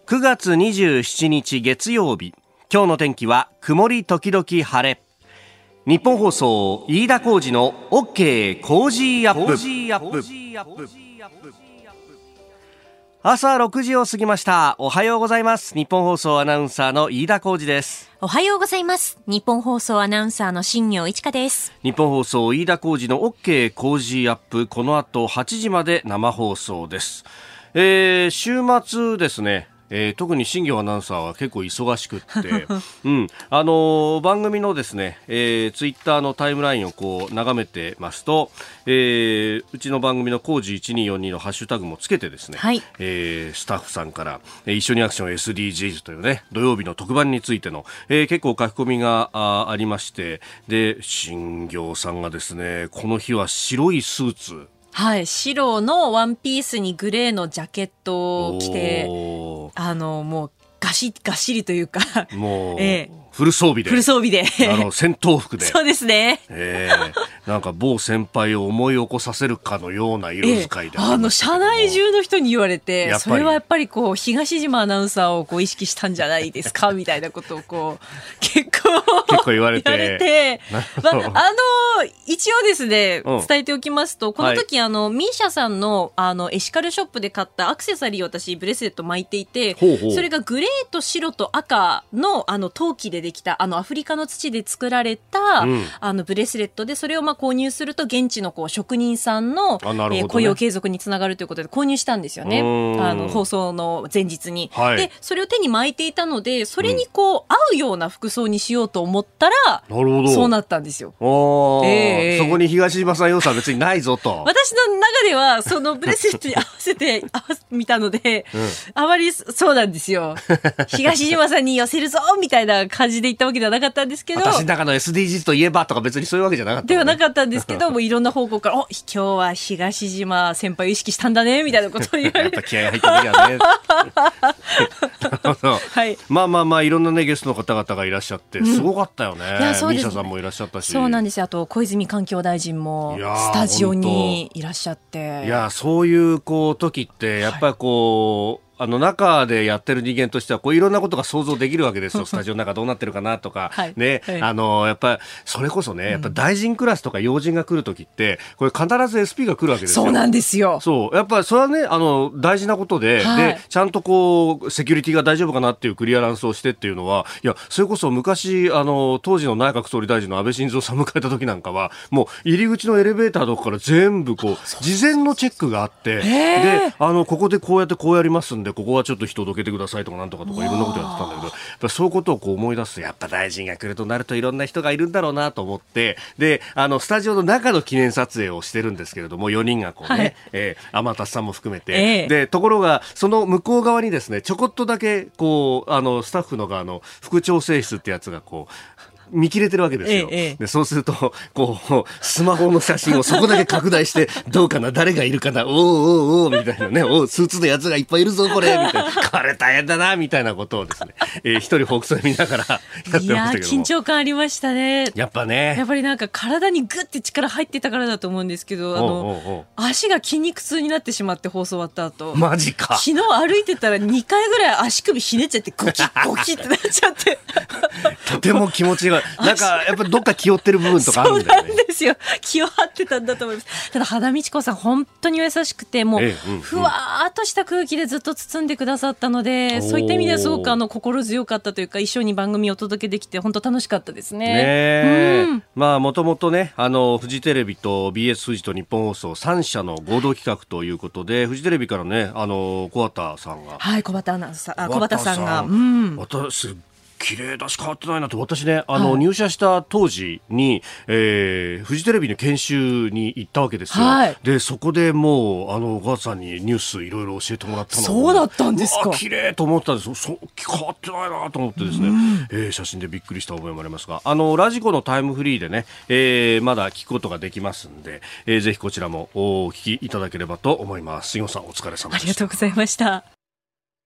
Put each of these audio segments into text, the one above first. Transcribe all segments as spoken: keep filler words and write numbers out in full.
くがつにじゅうしちにち月曜日、今日の天気は曇り時々晴れ。日本放送飯田浩司の OK コージーアップ。朝ろくじを過ぎました。おはようございます。日本放送アナウンサーの飯田浩司です。 おはようございます。日本放送アナウンサーの新業一華です。 日本放送飯田浩司の OK コージーアップ、この後はちじまで生放送です。えー、週末ですね、えー、特に新業アナウンサーは結構忙しくって、うんあのー、番組のですね、えー、ツイッターのタイムラインをこう眺めてますと、えー、うちの番組のコージーいちにーよんにのハッシュタグもつけてですね、はいえー、スタッフさんから、えー、一緒にアクション エスディージーズ というね土曜日の特番についての、えー、結構書き込みが あ, ありまして、で新業さんがですね、この日は白いスーツ、 はい、白のワンピースにグレーのジャケットを着て、あのもうガシッガシリというかもう、ええ、フル装備でフル装備であの戦闘服でそうですね、 えー、なんか某先輩を思い起こさせるかのような色使いで、 ええ、あの社内中の人に言われて、それはやっぱりこう東島アナウンサーをこう意識したんじゃないですかみたいなことをこう結構結構言われて、 言われてまあの一応ですね、うん、伝えておきますと、この時、はい、あのミーシャさんのあのエシカルショップで買ったアクセサリーを私ブレスレット巻いていて、ほうほう、それがグレーと白と赤のあの陶器でできたあのアフリカの土で作られた、うん、あのブレスレットで、それをまあ購入すると現地のこう職人さんの、ねえー、雇用継続につながるということで購入したんですよね、あの放送の前日に、はい、でそれを手に巻いていたので、それにこう、うん、合うような服装にしようと思ったら、なるほど、そうなったんですよ。 えー、そこに東島さん要素は別にないぞと私の中ではそのブレスレットに合わせて合わせ見たので、うん、あまりそうなんですよ東島さんに寄せるぞみたいな感じで言ったわけではなかったんですけど、 私の中の エスディージーズ といえばとか別にそういうわけじゃなかった、ね、 ではなかったんですけどもういろんな方向からお今日は東島先輩を意識したんだねみたいなことを言われてやっぱ気合入ってるよねなるほど、はい、まあまあまあいろんなねゲストの方々がいらっしゃってすごかったよね、うん、いやそうですね、ミーシャさんもいらっしゃったし、そうなんですよ。あと小泉環境大臣もスタジオにいらっしゃって、 いやそういうこう時ってやっぱりこう、はい、あの中でやってる人間としてはこういろんなことが想像できるわけですよ。スタジオの中どうなってるかなとか、はいねはい、あのやっぱりそれこそね、やっぱ大臣クラスとか要人が来るときってこれ必ず エスピー が来るわけですよ。 そうなんですよ。 そうやっぱりそれはねあの大事なことで、はい、でちゃんとこうセキュリティが大丈夫かなっていうクリアランスをしてっていうのは、いやそれこそ昔あの当時の内閣総理大臣の安倍晋三さん迎えた時なんかはもう入り口のエレベーターのとこから全部こう事前のチェックがあって、であのここでこうやってこうやりますんでここはちょっと人どけてくださいとかなんとかとかいろんなことやってたんだけど、やっぱそういうことをこう思い出すとやっぱ大臣が来るとなるといろんな人がいるんだろうなと思って、であのスタジオの中の記念撮影をしてるんですけれどもよにんがこうね、はい、えー、天達さんも含めて、えー、でところがその向こう側にですねちょこっとだけこうあのスタッフの側の副調整室ってやつがこう見切れてるわけですよ、ええ、でそうするとこうスマホの写真をそこだけ拡大してどうかな誰がいるかなおーおーおーみたいなね、おスーツのやつがいっぱいいるぞこれみたいなこれ大変だなみたいなことをですね、えー、一人ほくそ見ながらやってましたけども、いや緊張感ありましたね。 やっぱねやっぱりなんか体にグッて力入ってたからだと思うんですけど、あのおうおうおう足が筋肉痛になってしまって放送終わった後、 マジか昨日歩いてたらにかいぐらい足首ひねっちゃってゴキッゴキッってなっちゃってとても気持ちがなんかやっぱりどっか気負ってる部分とかあるんだよね。 そうなんですよ。気を張ってたんだと思います。ただ羽田美智子さん本当に優しくてもう、ええうんうん、ふわーっとした空気でずっと包んでくださったので、そういった意味ではすごくあの心強かったというか、一緒に番組をお届けできて本当楽しかったですね。 ね、うん、まあもともとねあのフジテレビと ビーエス フジと日本放送さん社の合同企画ということで、フジテレビからねあの小畑さんがはい小畑アナウンサー小畑さんが、うん、 私綺麗だし変わってないなと。私ねあの、はい、入社した当時に、えー、フジテレビの研修に行ったわけですよ、はい、でそこでもうあの小畑さんにニュースいろいろ教えてもらったの。 そうだったんですか。 綺麗と思ったんです。そ変わってないなと思ってですね、うん、えー、写真でびっくりした覚えもありますが、あのラジコのタイムフリーでね、えー、まだ聞くことができますんで、えー、ぜひこちらもお聞きいただければと思います。杉本さんお疲れ様でした。 ありがとうございました。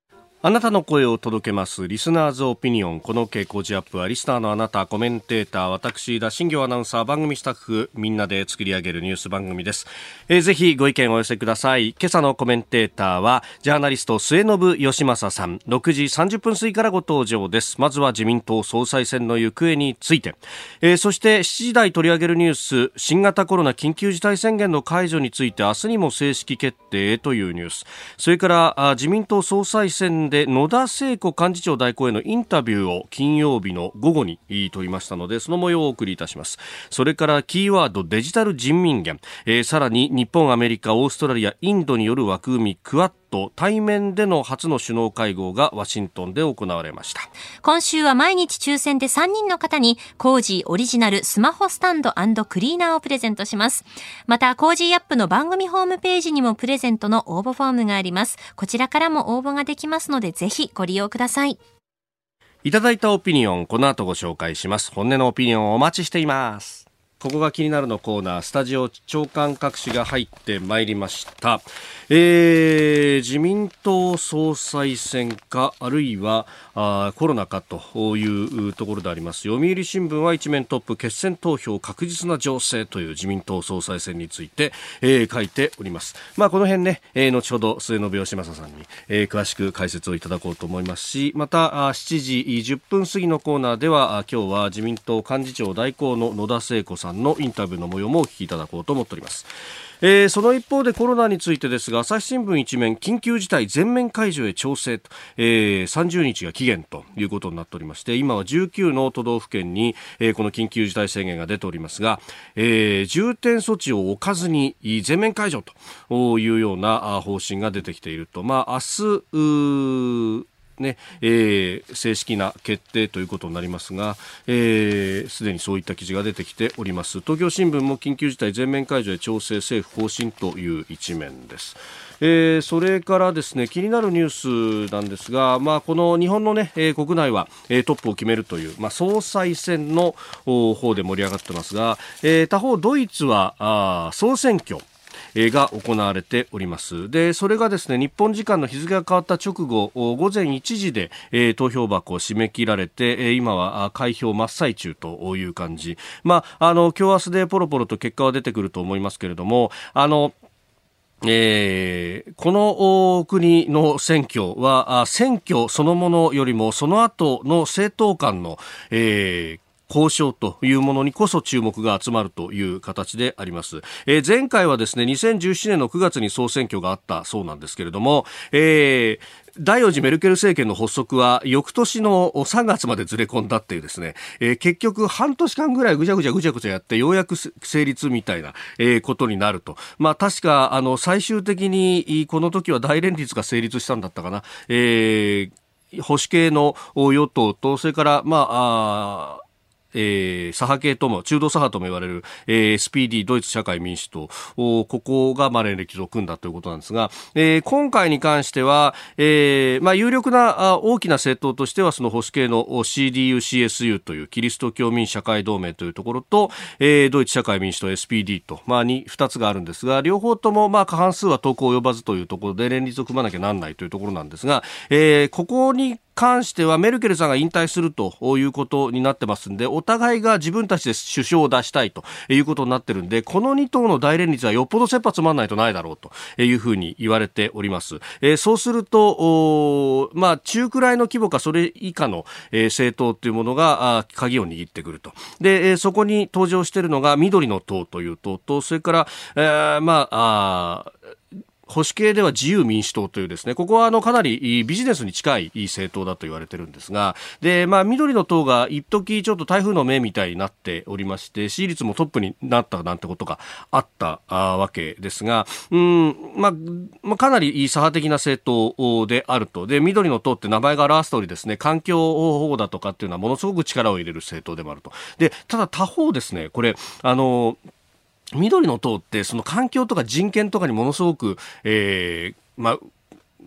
あなたの声を届けますリスナーズオピニオン。この傾向ジアップはリスナーのあなた、コメンテーター、私田新行アナウンサー、番組スタッフみんなで作り上げるニュース番組です。えー、ぜひご意見をお寄せください。今朝のコメンテーターはジャーナリスト末延吉正さん、ろくじさんじゅっぷん過ぎからご登場です。まずは自民党総裁選の行方について、えー、そしてしちじ台取り上げるニュース、新型コロナ緊急事態宣言の解除について明日にも正式決定というニュース、それからあ自民党総裁選で野田聖子幹事長代行へのインタビューを金曜日の午後に取りましたので、その模様をお送りいたします。それからキーワードデジタル人民元、えー、さらに日本、アメリカ、オーストラリア、インドによる枠組みクアッド対面での初の首脳会合がワシントンで行われました。 今週は毎日抽選でさんにんの方にコージーオリジナルスマホスタンド&クリーナーをプレゼントします。またコージーアップの番組ホームページにもプレゼントの応募フォームがあります。こちらからも応募ができますので、ぜひご利用ください。 いただいたオピニオン、この後ご紹介します。本音のオピニオンをお待ちしています。ここが気になるのコーナー、スタジオ長官各紙が入ってまいりました。えー、自民党総裁選か、あるいはあコロナかというところであります。読売新聞は一面トップ、決選投票確実な情勢という自民党総裁選について、えー、書いております。まあ、この辺ね、えー、後ほど末延吉正さんに、えー、詳しく解説をいただこうと思いますし、またあしちじじゅっぷん過ぎのコーナーでは、今日は自民党幹事長代行の野田聖子さんのインタビューの模様もお聞きいただこうと思っております。えー、その一方でコロナについてですが、朝日新聞一面、緊急事態全面解除へ調整と、えー、さんじゅうにちが期限ということになっておりまして、今はじゅうきゅうの都道府県に、えー、この緊急事態宣言が出ておりますが、えー、重点措置を置かずに全面解除というような方針が出てきていると。まあ、明日ねえー、正式な決定ということになりますが、すで、えー、にそういった記事が出てきております。東京新聞も緊急事態全面解除へ調整、政府方針という一面です。えー、それからですね、気になるニュースなんですが、まあ、この日本の、ねえー、国内は、えー、トップを決めるという、まあ、総裁選の方で盛り上がってますが、えー、他方ドイツはあ総選挙が行われております。で、それがですね、日本時間の日付が変わった直後、午前いちじで、えー、投票箱を締め切られて、えー、今は開票真っ最中という感じ。まあ、あの、今日明日でポロポロと結果は出てくると思いますけれども、あの、えー、この国の選挙は、選挙そのものよりもその後の政党間の、えー交渉というものにこそ注目が集まるという形であります。えー、前回はですね、にせんじゅうななねんのくがつに総選挙があったそうなんですけれども、えー第よん次メルケル政権の発足は翌年のさんがつまでずれ込んだっていうですね、えー、結局半年間ぐらいぐちゃぐちゃぐちゃぐちゃやってようやく成立みたいな、えー、ことになると。まあ確かあの最終的にこの時は大連立が成立したんだったかな。えー、保守系の与党と、それからまあ、あえー、左派系とも中道左派とも言われる、えー、エスピーディー ドイツ社会民主党、ここがまあ連立を組んだということなんですが、えー、今回に関しては、えーまあ、有力な大きな政党としてはその保守系の シーディーユーシーエスユー というキリスト教民社会同盟というところと、えー、ドイツ社会民主党 エスピーディー と、まあ、にふたつがあるんですが、両方ともまあ過半数は党及ばずというところで連立を組まなきゃなんないというところなんですが、えー、ここに関してはメルケルさんが引退するということになってますんで、お互いが自分たちで首相を出したいということになってるんで、このに党の大連立はよっぽど切羽詰まんないとないだろうというふうに言われております。えー、そうすると、まあ、中くらいの規模かそれ以下の、えー、政党というものが鍵を握ってくると。で、えー、そこに登場しているのが緑の党という党と、それから、えー、まあ、あ保守系では自由民主党というですね、ここはあのかなりビジネスに近い政党だと言われてるんですが、で、まあ、緑の党が一時ちょっと台風の目みたいになっておりまして、支持率もトップになったなんてことがあったわけですが、うん、まあ、まあ、かなり左派的な政党であると。で、緑の党って名前が表す通りですね、環境保護だとかっていうのはものすごく力を入れる政党でもあると。で、ただ他方ですね、これ、あの、緑の党ってその環境とか人権とかにものすごく、えー、まあ、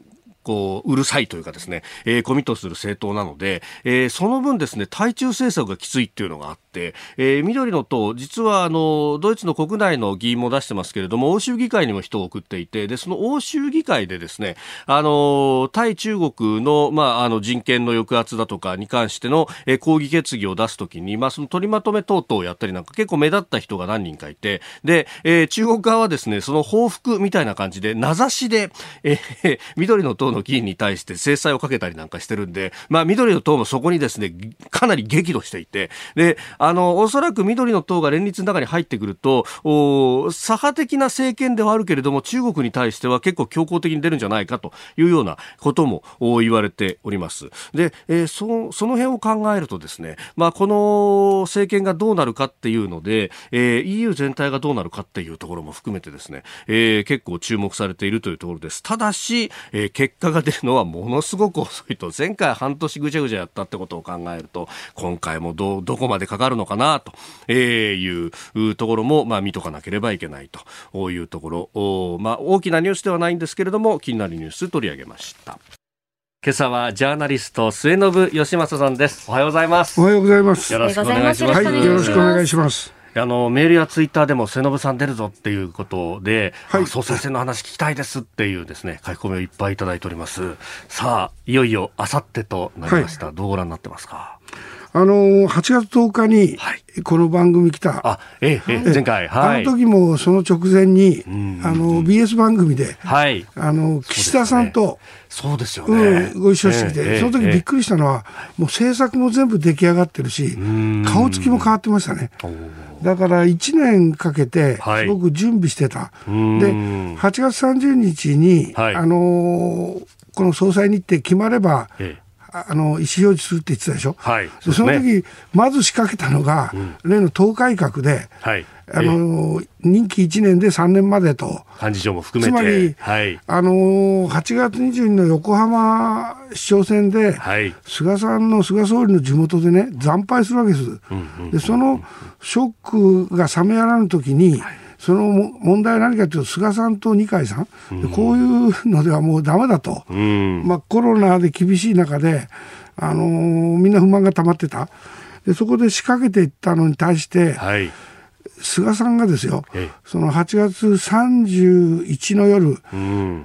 こううるさいというかですね、えー、コミットする政党なので、えー、その分ですね対中政策がきついっていうのがあって、えー、緑の党実はあのドイツの国内の議員も出してますけれども欧州議会にも人を送っていて、でその欧州議会でですねあの対中国の、まあ、あの人権の抑圧だとかに関しての、えー、抗議決議を出すときに、まあ、その取りまとめ等々をやったりなんか結構目立った人が何人かいて、で、えー、中国側はですねその報復みたいな感じで名指しで、えー、緑の党の議員に対して制裁をかけたりなんかしてるんで、まあ、緑の党もそこにですねかなり激怒していて、であのおそらく緑の党が連立の中に入ってくると左派的な政権ではあるけれども中国に対しては結構強硬的に出るんじゃないかというようなことも言われております。で、えー、そ, その辺を考えるとですね、まあ、この政権がどうなるかっていうので、えー、イーユー 全体がどうなるかっていうところも含めてですね、えー、結構注目されているというところです。ただし、えー、結果が出るのはものすごく遅いと、前回半年ぐちゃぐちゃやったってことを考えると今回も ど, どこまでかかるのかなというところも、まあ、見とかなければいけないというところ、まあ、大きなニュースではないんですけれども気になるニュース取り上げました。今朝はジャーナリスト末延吉正さんです。おはようございます。 おはようございます。 よろしくお願いします。 はい、よろしくお願いします。 あのメールやツイッターでも末延さん出るぞっていうことで、 はい、 総裁選の話聞きたいですっていうですね書き込みをいっぱいいただいております。さあいよいよあさってとなりました、はい、どうご覧になってますか。 あのはちがつとおかにこの番組来た、 あ、ええ、前回、はい、 あの時もその直前にあの ビーエス 番組で、 はい、 あの岸田さんとそうですよね、 うん、ご一緒してきて、ええ、その時びっくりしたのは、ええ、もう政策も全部出来上がってるし顔つきも変わってましたね。だからいちねんかけてすごく準備してた、はい、ではちがつさんじゅうにちに、はい、あのこの総裁日程決まれば、ええあの意思表示するって言ってたでしょ、はい、そ, その時まず仕掛けたのが、うん、例の党改革で、はい、あの任期いちねんでさんねんまでと幹事長も含めてつまり、 はい、 あのはちがつにじゅうににちの横浜市長選で、はい、菅さんの菅総理の地元でね惨敗するわけです、うんうん、でそのショックが冷めやらぬ時に、はい、その問題は何かというと菅さんと二階さん、うん、こういうのではもうダメだと、うんまあ、コロナで厳しい中で、あのー、みんな不満が溜まってた。でそこで仕掛けていったのに対して、はい、菅さんがですよそのはちがつさんじゅういちの夜、うん、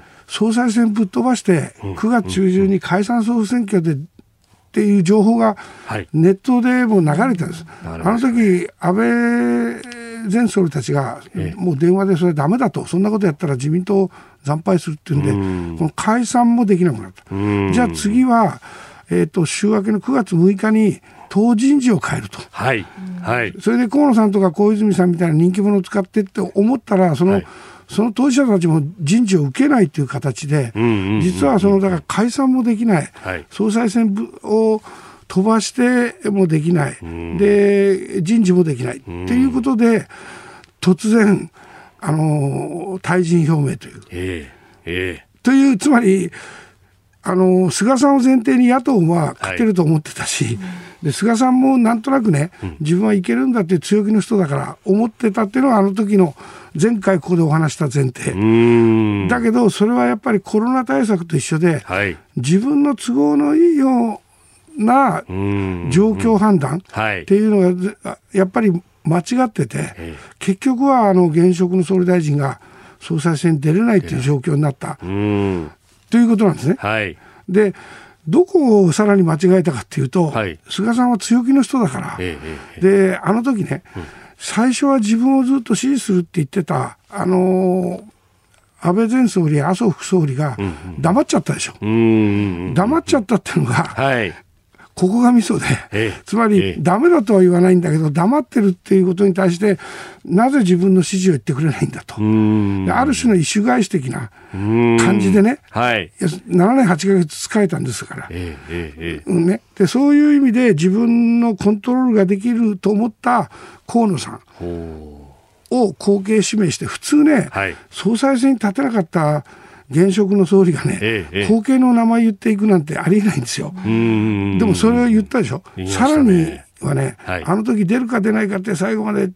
総裁選ぶっ飛ばしてくがつ中旬に解散総選挙でっていう情報がネットでも流れてるんです、はい、あの時安倍前総理たちがもう電話でそれダメだと、そんなことやったら自民党惨敗するっていうんで、うんこの解散もできなくなった。じゃあ次は、えーと、週明けのくがつむいかに党人事を変えると、はいはい、それで河野さんとか小泉さんみたいな人気者を使ってって思ったらその、はいその当事者たちも人事を受けないという形で、実はそのだから解散もできない、はい、総裁選を飛ばしてもできない、うん、で人事もできないと、うん、いうことで突然あの退陣表明という、えーえー、というつまりあの菅さんを前提に野党は勝てると思ってたし、はい、で菅さんもなんとなくね、うん、自分はいけるんだっていう強気の人だから思ってたっていうのがあの時の前回ここでお話した前提だけど、それはやっぱりコロナ対策と一緒で、はい、自分の都合のいいような状況判断っていうのがやっぱり間違ってて、結局はあの現職の総理大臣が総裁選に出れないという状況になったということなんですね。はい、でどこをさらに間違えたかっていうと、はい、菅さんは強気の人だから、ええ、であの時ね、うん最初は自分をずっと支持するって言ってた、あのー、安倍前総理や麻生副総理が黙っちゃったでしょ、うんうん、黙っちゃったっていうのが、はい、ここがミソで、ええ、つまり、ええ、ダメだとは言わないんだけど黙ってるっていうことに対してなぜ自分の支持を言ってくれないんだと、うんある種の意趣返し的な感じでね、はい、ななねんはちかげつ使えたんですから、ええええね、でそういう意味で自分のコントロールができると思った河野さんを後継指名して、普通ね、はい、総裁選に立てなかった現職の総理がね、ええ、後継の名前言っていくなんてありえないんですよ。うんでもそれを言ったでしょ。さらにはね、はい、あの時出るか出ないかって最後まで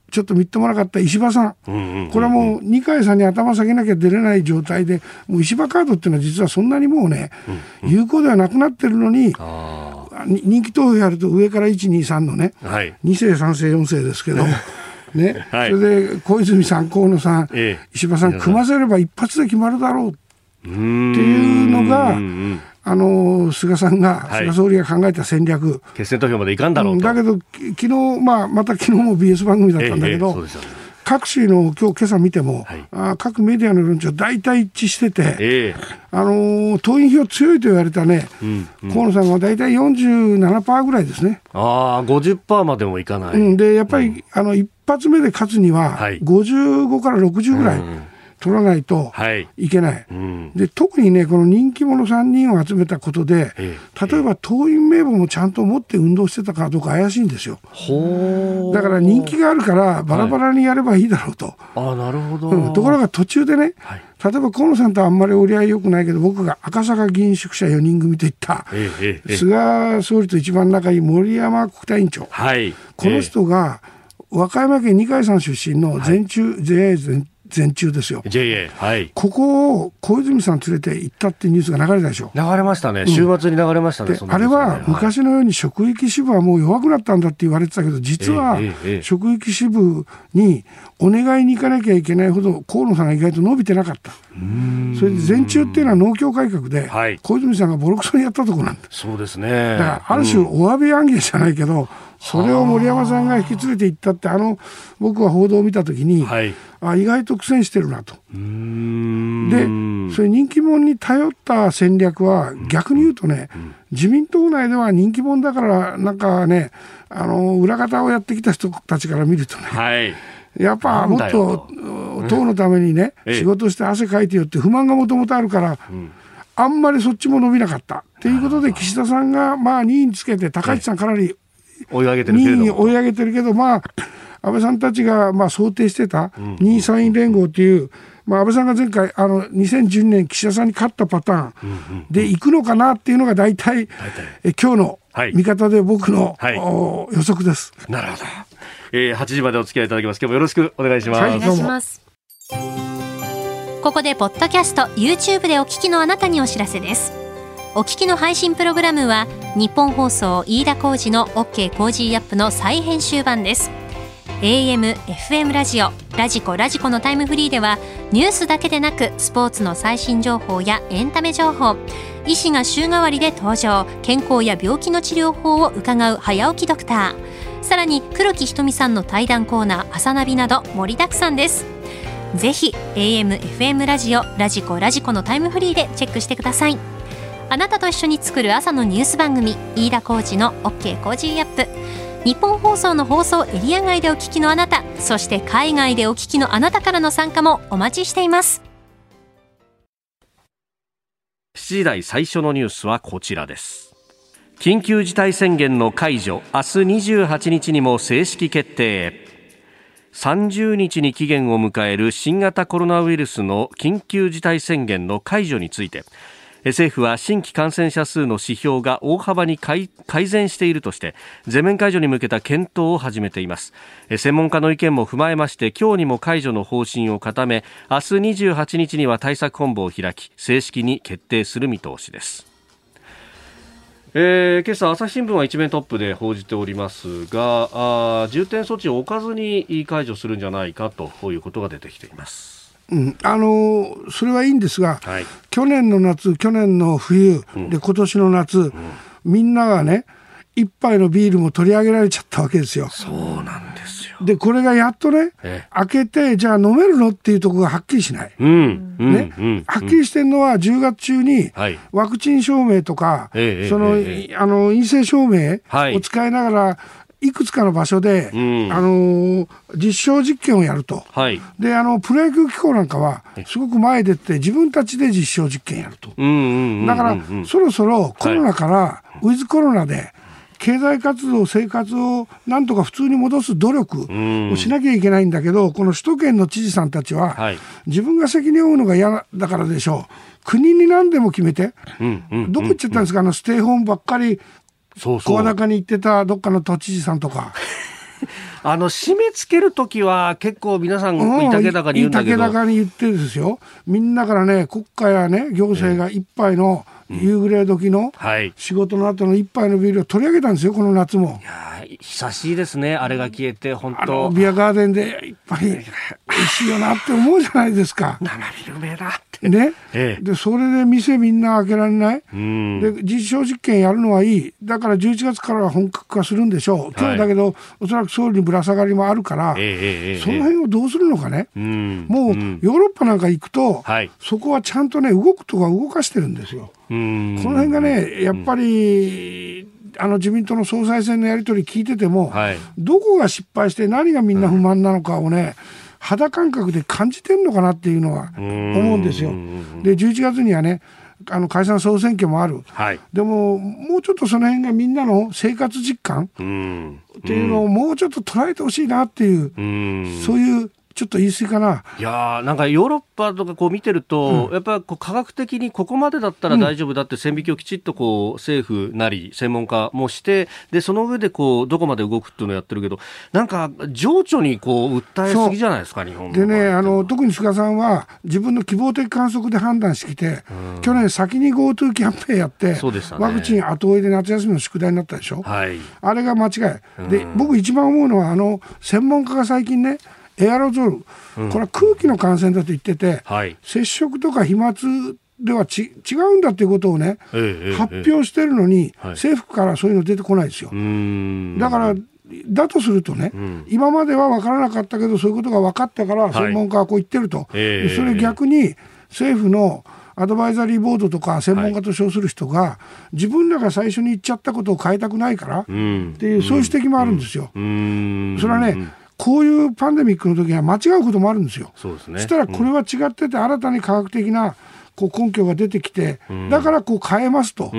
ちょっとみっともなかった石破さん、うんうんうんうん、これはもう二階さんに頭下げなきゃ出れない状態で、もう石破カードっていうのは実はそんなにもうね、うんうん、有効ではなくなってるのに、あ人気投票やると上からいち、に、さんのね、はい、に世さん世よん世ですけどね、はい、それで小泉さん河野さん、ええ、石破さん組ませれば一発で決まるだろうっていうのが、あの菅さんが、はい、菅総理が考えた戦略、 決選投票までいかんだろうと、 だけど昨日、まあ、また昨日も ビーエス 番組だったんだけど、ええええ、そうですよね、各紙の今日今朝見ても、はい、あ各メディアの論調は大体一致してて、えーあのー、党員票強いと言われたね、うんうん、河野さんは大体 よんじゅうななパーセント ぐらいですね。 ああ ごじゅっパーセント までもいかない、うん、でやっぱり、うん、あの一発目で勝つにはごじゅうごからろくじゅうぐらい、うん取らないといけない、はいうん、で特にねこの人気者さんにんを集めたことで、ええ、例えば党員名簿もちゃんと持って運動してたかどうか怪しいんですよ。ほだから人気があるからバラバラにやればいいだろうと、はい、 あなるほど、 うん、ところが途中でね、はい、例えば河野さんとあんまり折り合い良くないけど僕が赤坂議員宿舎よにん組といった、ええ、菅総理と一番仲いい森山国対委員長、はい、この人が和歌山県二階さん出身の全中、はい、ジェイエー 全全中ですよ ジェイエー、はい、ここを小泉さん連れて行ったっていうニュースが流れたでしょ。 流れましたね、週末に流れましたね、 うん、あれは昔のように職域支部はもう弱くなったんだって言われてたけど、実は職域支部にお願いに行かなきゃいけないほど河野さんが意外と伸びてなかった。うーんそれで全中っていうのは農協改革で、はい、小泉さんがボロクソにやったところなんだ。 そうですね。 だからある種お詫び案件じゃないけど、うん、それを森山さんが引き連れて行ったって、あの僕は報道を見たときに、はい、あ意外と苦戦してるなと。うーんでそれ人気者に頼った戦略は逆に言うとね、うんうん、自民党内では人気者だからなんかね、あの裏方をやってきた人たちから見るとね、はい、やっぱもっと党のためにね、うん、仕事して汗かいてよって不満がもともとあるから、うん、あんまりそっちも伸びなかったということで、岸田さんがまあにいにつけて高市さんかなり追い上げてるけれども、にいに追い上げてるけど、まあ安倍さんたちがまあ想定してたにいさんい連合という、まあ、安倍さんが前回あのにせんじゅうねん岸田さんに勝ったパターンでいくのかなっていうのが大体え今日の見方で僕の、はい、予測です。 なるほど、えー、はちじまでお付き合いいただきます。今日もよろしくお願いします。はい、お願いします。 ここでポッドキャスト YouTube でお聞きのあなたにお知らせです。お聞きの配信プログラムは日本放送飯田浩司の OK コージーアップの再編集版です。エーエム、エフエム ラジオ、ラジコ、ラジコのタイムフリーではニュースだけでなくスポーツの最新情報やエンタメ情報、医師が週替わりで登場、健康や病気の治療法を伺う早起きドクター、さらに黒木ひとみさんの対談コーナー朝ナビなど盛りだくさんです。ぜひ エーエム、エフエム ラジオ、ラジコ、ラジコのタイムフリーでチェックしてください。あなたと一緒に作る朝のニュース番組、飯田浩司の OK コージーアップ。日本放送の放送エリア外でお聞きのあなた、そして海外でお聞きのあなたからの参加もお待ちしています。 しちじ台最初のニュースはこちらです。緊急事態宣言の解除、明日にじゅうはちにちにも正式決定。さんじゅうにちに期限を迎える新型コロナウイルスの緊急事態宣言の解除について、政府は新規感染者数の指標が大幅に改善しているとして全面解除に向けた検討を始めています。専門家の意見も踏まえまして今日にも解除の方針を固め、明日にじゅうはちにちには対策本部を開き正式に決定する見通しです。えー、今朝朝日新聞は一面トップで報じておりますが、あ重点措置を置かずに解除するんじゃないかということが出てきています。 うん、あのそれはいいんですが、はい、去年の夏、去年の冬、うん、で今年の夏、うん、みんながね一杯のビールも取り上げられちゃったわけですよ。 そうなんですよ。 でこれがやっとね開けてじゃあ飲めるのっていうところがはっきりしない、うんねうん、はっきりしてるのはじゅうがつ中にワクチン証明とか、はい、その、ええ、あの陰性証明を使いながら、はいいくつかの場所で、うんあのー、実証実験をやると、はい、であのプロ野球機構なんかはすごく前出て自分たちで実証実験やると、うんうんうんうん、だからそろそろコロナからウィズコロナで経済活動生活をなんとか普通に戻す努力をしなきゃいけないんだけど、この首都圏の知事さんたちは、はい、自分が責任を負うのが嫌だからでしょう。国に何でも決めて、うんうんうん、どこ行っちゃったんですか、あのステイホームばっかり声高に言ってたどっかの都知事さんとかあの締め付けるときは結構皆さんいたけだかに言うんだけど、 いたけだかに言ってるんですよ。みんなからね、国家やね行政が一杯の夕暮れ時の仕事の後の一杯のビールを取り上げたんですよ、この夏も。 いや久しいですね、あれが消えて。本当あのビアガーデンで一杯美味しいよなって思うじゃないですか。 生ビールうめえなってね、 ええ、 でそれで店みんな開けられない、 うん、 で実証実験やるのはいい。だからじゅういちがつからは本格化するんでしょう。今日だけど、はい、おそらく総理にぶら下がりもあるから、ええ、その辺をどうするのかね、うん、もう、うん、ヨーロッパなんか行くと、はい、そこはちゃんとね動くとか動かしてるんですよ。うん、この辺がねやっぱり、うん、あの自民党の総裁選のやり取り聞いてても、はい、どこが失敗して何がみんな不満なのかをね、肌感覚で感じてるのかなっていうのは思うんですよ。でじゅういちがつにはねあの解散総選挙もある、はい、でももうちょっとその辺がみんなの生活実感っていうのをもうちょっと捉えてほしいなっていう、うん、そういうちょっと言い過ぎかな。 いやなんかヨーロッパとかこう見てると、うん、やっぱりこう科学的にここまでだったら大丈夫だって線引きをきちっとこう政府なり専門家もして、でその上でこうどこまで動くっていうのをやってるけど、なんか情緒にこう訴えすぎじゃないですか日本の。 でね、あの特に菅さんは自分の希望的観測で判断してきて、うん、去年先に GoTo キャンペーンやって、そうでしたね、ワクチン後追いで夏休みの宿題になったでしょ、はい、あれが間違いで、うん、僕一番思うのはあの専門家が最近ねエアロゾル、これは空気の感染だと言ってて、はい、接触とか飛沫ではち違うんだということをね、ええ、発表してるのに、ええ、政府からそういうの出てこないですよ。だからだとするとね、うん、今までは分からなかったけどそういうことが分かったから専門家はこう言ってると、はい、でそれ逆に政府のアドバイザリーボードとか専門家と称する人が、はい、自分らが最初に言っちゃったことを変えたくないから、うん、っていうそういう指摘もあるんですよ。うん、それはね、うんこういうパンデミックの時には間違うこともあるんですよ。そうですね。そしたらこれは違ってて新たに科学的なこう根拠が出てきて、うん、だからこう変えますと、うん、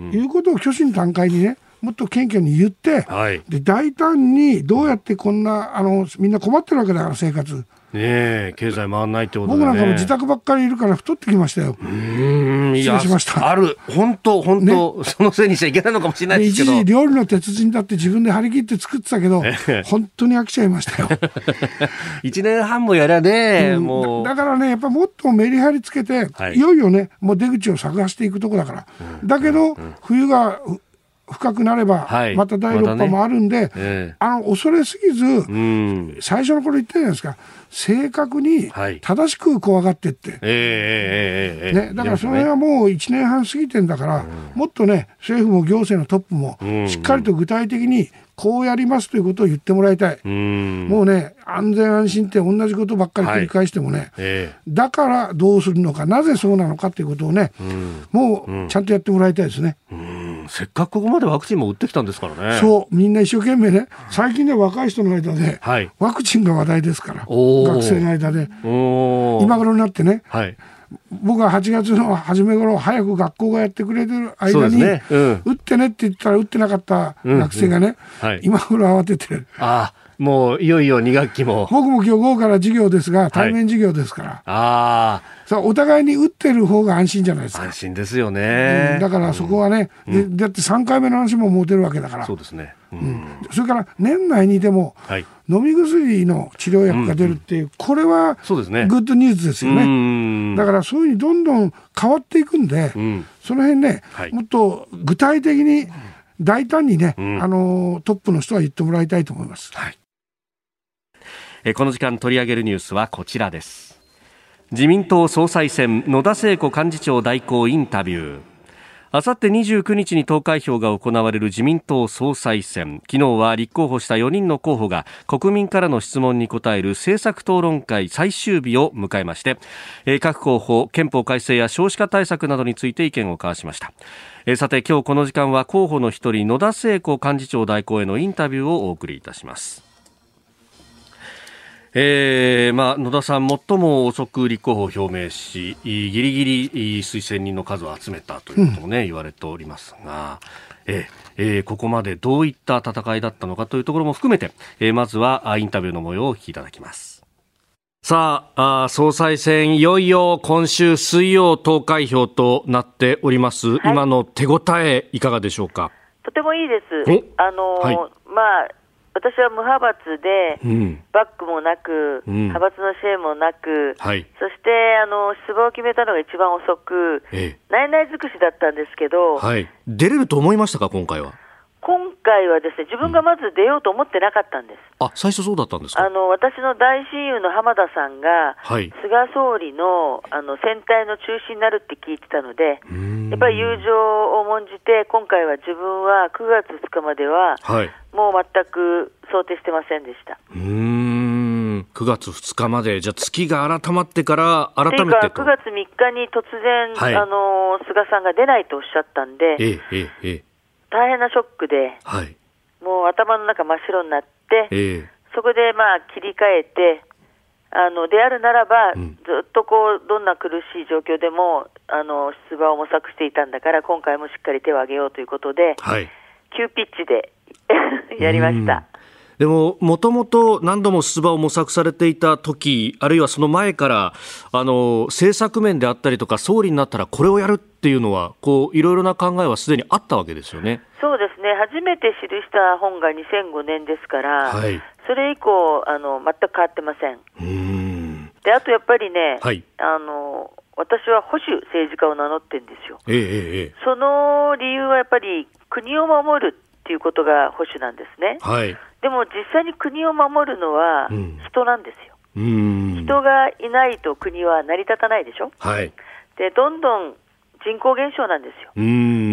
いうことを虚心短懐にねもっと謙虚に言って、はい、で大胆にどうやってこんなあのみんな困ってるわけだから生活ねえ経済回んないってことだね。 僕なんかも自宅ばっかりいるから太ってきましたよ。うーん失礼しました。 ある本当本当、ね、そのせいにしちゃいけないのかもしれないですけど、 一時料理の鉄人だって自分で張り切って作ってたけど本当に飽きちゃいましたよいちねんはんもやらね、うん、もうだ, だからねやっぱもっとメリハリつけて、はい、いよいよねもう出口を探していくとこだから、うん、だけど、うん、冬が深くなれば、はい、まただいろっ波もあるんで、まねえー、あの恐れすぎず、うん、最初の頃言ったじゃないですか正確に正しく怖がってって、はいえーえーえーね、だからその辺はもういちねんはん過ぎてんだから、うん、もっとね政府も行政のトップもしっかりと具体的にこうやりますということを言ってもらいたい、うん、もうね安全安心って同じことばっかり繰り返してもね、はいえー、だからどうするのかなぜそうなのかということをね、うん、もうちゃんとやってもらいたいですね、 うん、せっかくここまでワクチンも打ってきたんですからね。 そうみんな一生懸命ね最近で若い人の間で、はい、ワクチンが話題ですから学生の間で今頃になってね、はい僕ははちがつの初め頃早く学校がやってくれてる間に、ねうん、打ってねって言ったら打ってなかった学生がね、うんうんはい、今頃慌ててる。 あもういよいよに学期も僕も今日午後から授業ですが対面授業ですから、はい、あそうお互いに打ってる方が安心じゃないですか。 安心ですよね、 うん、だからそこはね、うん、でだってさんかいめの話も持てるわけだから。 そうですね、うんうん、それから年内にでも、はい、飲み薬の治療薬が出るっていう、うん、これはグッドニュースですよね、うん、だからそういうふうにどんどん変わっていくんで、うん、その辺ね、はい、もっと具体的に大胆にね、うん、あのトップの人は言ってもらいたいと思います、はい、 えこの時間取り上げるニュースはこちらです。自民党総裁選野田聖子幹事長代行インタビュー。あさってにじゅうくにちに投開票が行われる自民党総裁選。昨日は立候補したよにんの候補が国民からの質問に答える政策討論会最終日を迎えまして、各候補憲法改正や少子化対策などについて意見を交わしました。さて今日この時間は候補の一人野田聖子幹事長代行へのインタビューをお送りいたします。えーまあ、野田さん最も遅く立候補を表明しギリギリ推薦人の数を集めたということも、ねうん、言われておりますが、えーえー、ここまでどういった戦いだったのかというところも含めて、えー、まずはインタビューの模様をお聞きいただきます。さあ、あ総裁選いよいよ今週水曜投開票となっております、はい、今の手応えいかがでしょうか。 とてもいいです。あの、はい、まあ私は無派閥で、うん、バックもなく、うん、派閥の支援もなく、はい、そしてあの出馬を決めたのが一番遅く、ええ、内々尽くしだったんですけど、 はい、出れると思いましたか、今回は。 今回はですね、自分がまず出ようと思ってなかったんです。 うん、あ、最初そうだったんですか。 あの私の大親友の浜田さんが、はい、菅総理 の, あの選対の中心になるって聞いてたので、やっぱり友情を重んじて、今回は自分はくがつつかまでは、はい、もう全く想定してませんでした。 うーん、くがつふつかまで、じゃあ月が改まってから改めてと。 というかくがつみっかに突然、はい、あの菅さんが出ないとおっしゃったんで、ええええ、大変なショックで、はい、もう頭の中真っ白になって、ええ、そこでまあ切り替えて、あのであるならば、うん、ずっとこうどんな苦しい状況でもあの出馬を模索していたんだから、今回もしっかり手を挙げようということで、はい、急ピッチでやりました。 でも、もともと何度も出馬を模索されていた時、あるいはその前からあの政策面であったりとか、総理になったらこれをやるっていうのは、こういろいろな考えはすでにあったわけですよね。 そうですね、初めて記した本がにせんごねんですから、はい、それ以降あの全く変わってません。うーん、であとやっぱりね、はい、あの私は保守政治家を名乗ってるんですよ。ええええ、その理由はやっぱり国を守るっていうことが保守なんですね。はい、でも実際に国を守るのは人なんですよ。うん、人がいないと国は成り立たないでしょ。はい、でどんどん人口減少なんですよ。うん、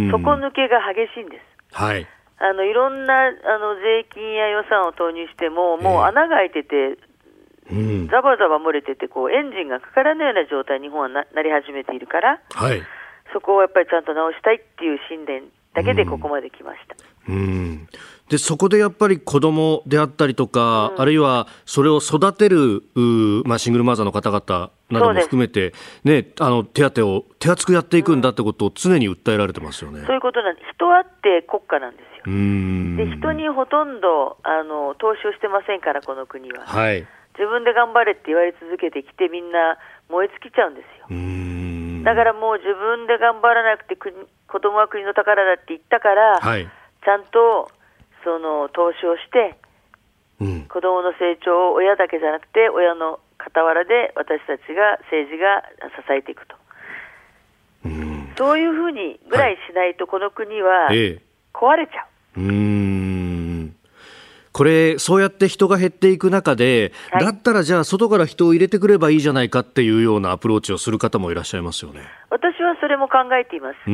底抜けが激しいんです。はい、あのいろんなあの税金や予算を投入しても、もう穴が開いてて、うん、ザバザバ漏れてて、こうエンジンがかからないような状態に日本は な, なり始めているから、はい、そこをやっぱりちゃんと直したいっていう信念だけでここまで来ました。うん、うんでそこでやっぱり子供であったりとか、うん、あるいはそれを育てる、まあ、シングルマザーの方々なども含めて、ね、あの手当を手厚くやっていくんだってことを常に訴えられてますよね。 そういうことなんです。人あって国家なんですよ。うーん、で人にほとんどあの投資をしてませんから、この国は、はい、自分で頑張れって言われ続けてきて、みんな燃え尽きちゃうんですよ。うーん、だからもう自分で頑張らなくて、国子供は国の宝だって言ったから、はい、ちゃんとその投資をして、うん、子どもの成長を親だけじゃなくて親の傍らで私たちが政治が支えていくと、うん、そういうふうにぐらいしないとこの国は壊れちゃう、はい、うーん、これそうやって人が減っていく中で、はい、だったらじゃあ外から人を入れてくればいいじゃないかっていうようなアプローチをする方もいらっしゃいますよね。 私はそれも考えています。うん、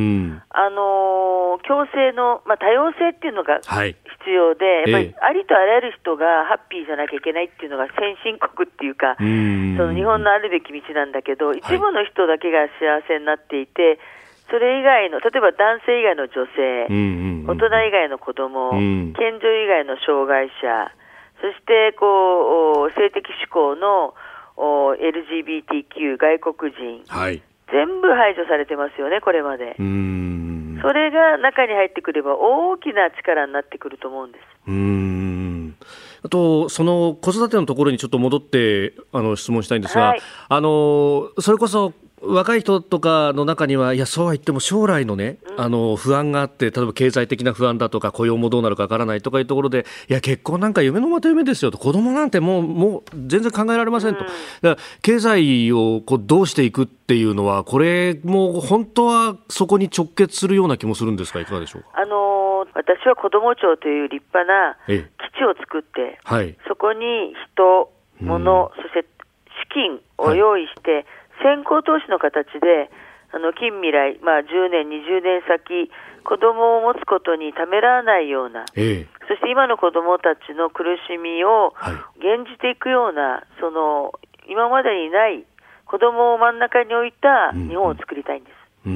あのー、共生の、まあ、多様性っていうのが必要で、はい、やっぱりありとあらゆる人がハッピーじゃなきゃいけないっていうのが先進国っていうか、その日本のあるべき道なんだけど、一部の人だけが幸せになっていて、それ以外の、例えば男性以外の女性、うんうんうん、大人以外の子供、うん、健常以外の障害者、そしてこう性的指向の エルジービーティーキュー 外国人、はい、全部排除されてますよね、これまで。うーん、それが中に入ってくれば大きな力になってくると思うんです。 うーん、あとその子育てのところにちょっと戻ってあの質問したいんですが、はい、あのそれこそ若い人とかの中には、いやそうは言っても将来のね、うん、あの不安があって、例えば経済的な不安だとか雇用もどうなるかわからないとかいうところで、いや結婚なんか夢のまた夢ですよと、子供なんてもう、もう全然考えられませんと、うん、だから経済をこうどうしていくっていうのは、これも本当はそこに直結するような気もするんですが、いかがでしょうか。 あのー、私は子ども庁という立派な基地を作って、はい、そこに人、物、うん、そして資金を用意して、はい、先行投資の形であの近未来、まあ、じゅうねんにじゅうねん先子供を持つことにためらわないような、ええ、そして今の子供たちの苦しみを減じていくような、はい、その今までにない子供を真ん中に置いた日本を作りたいんです、うん、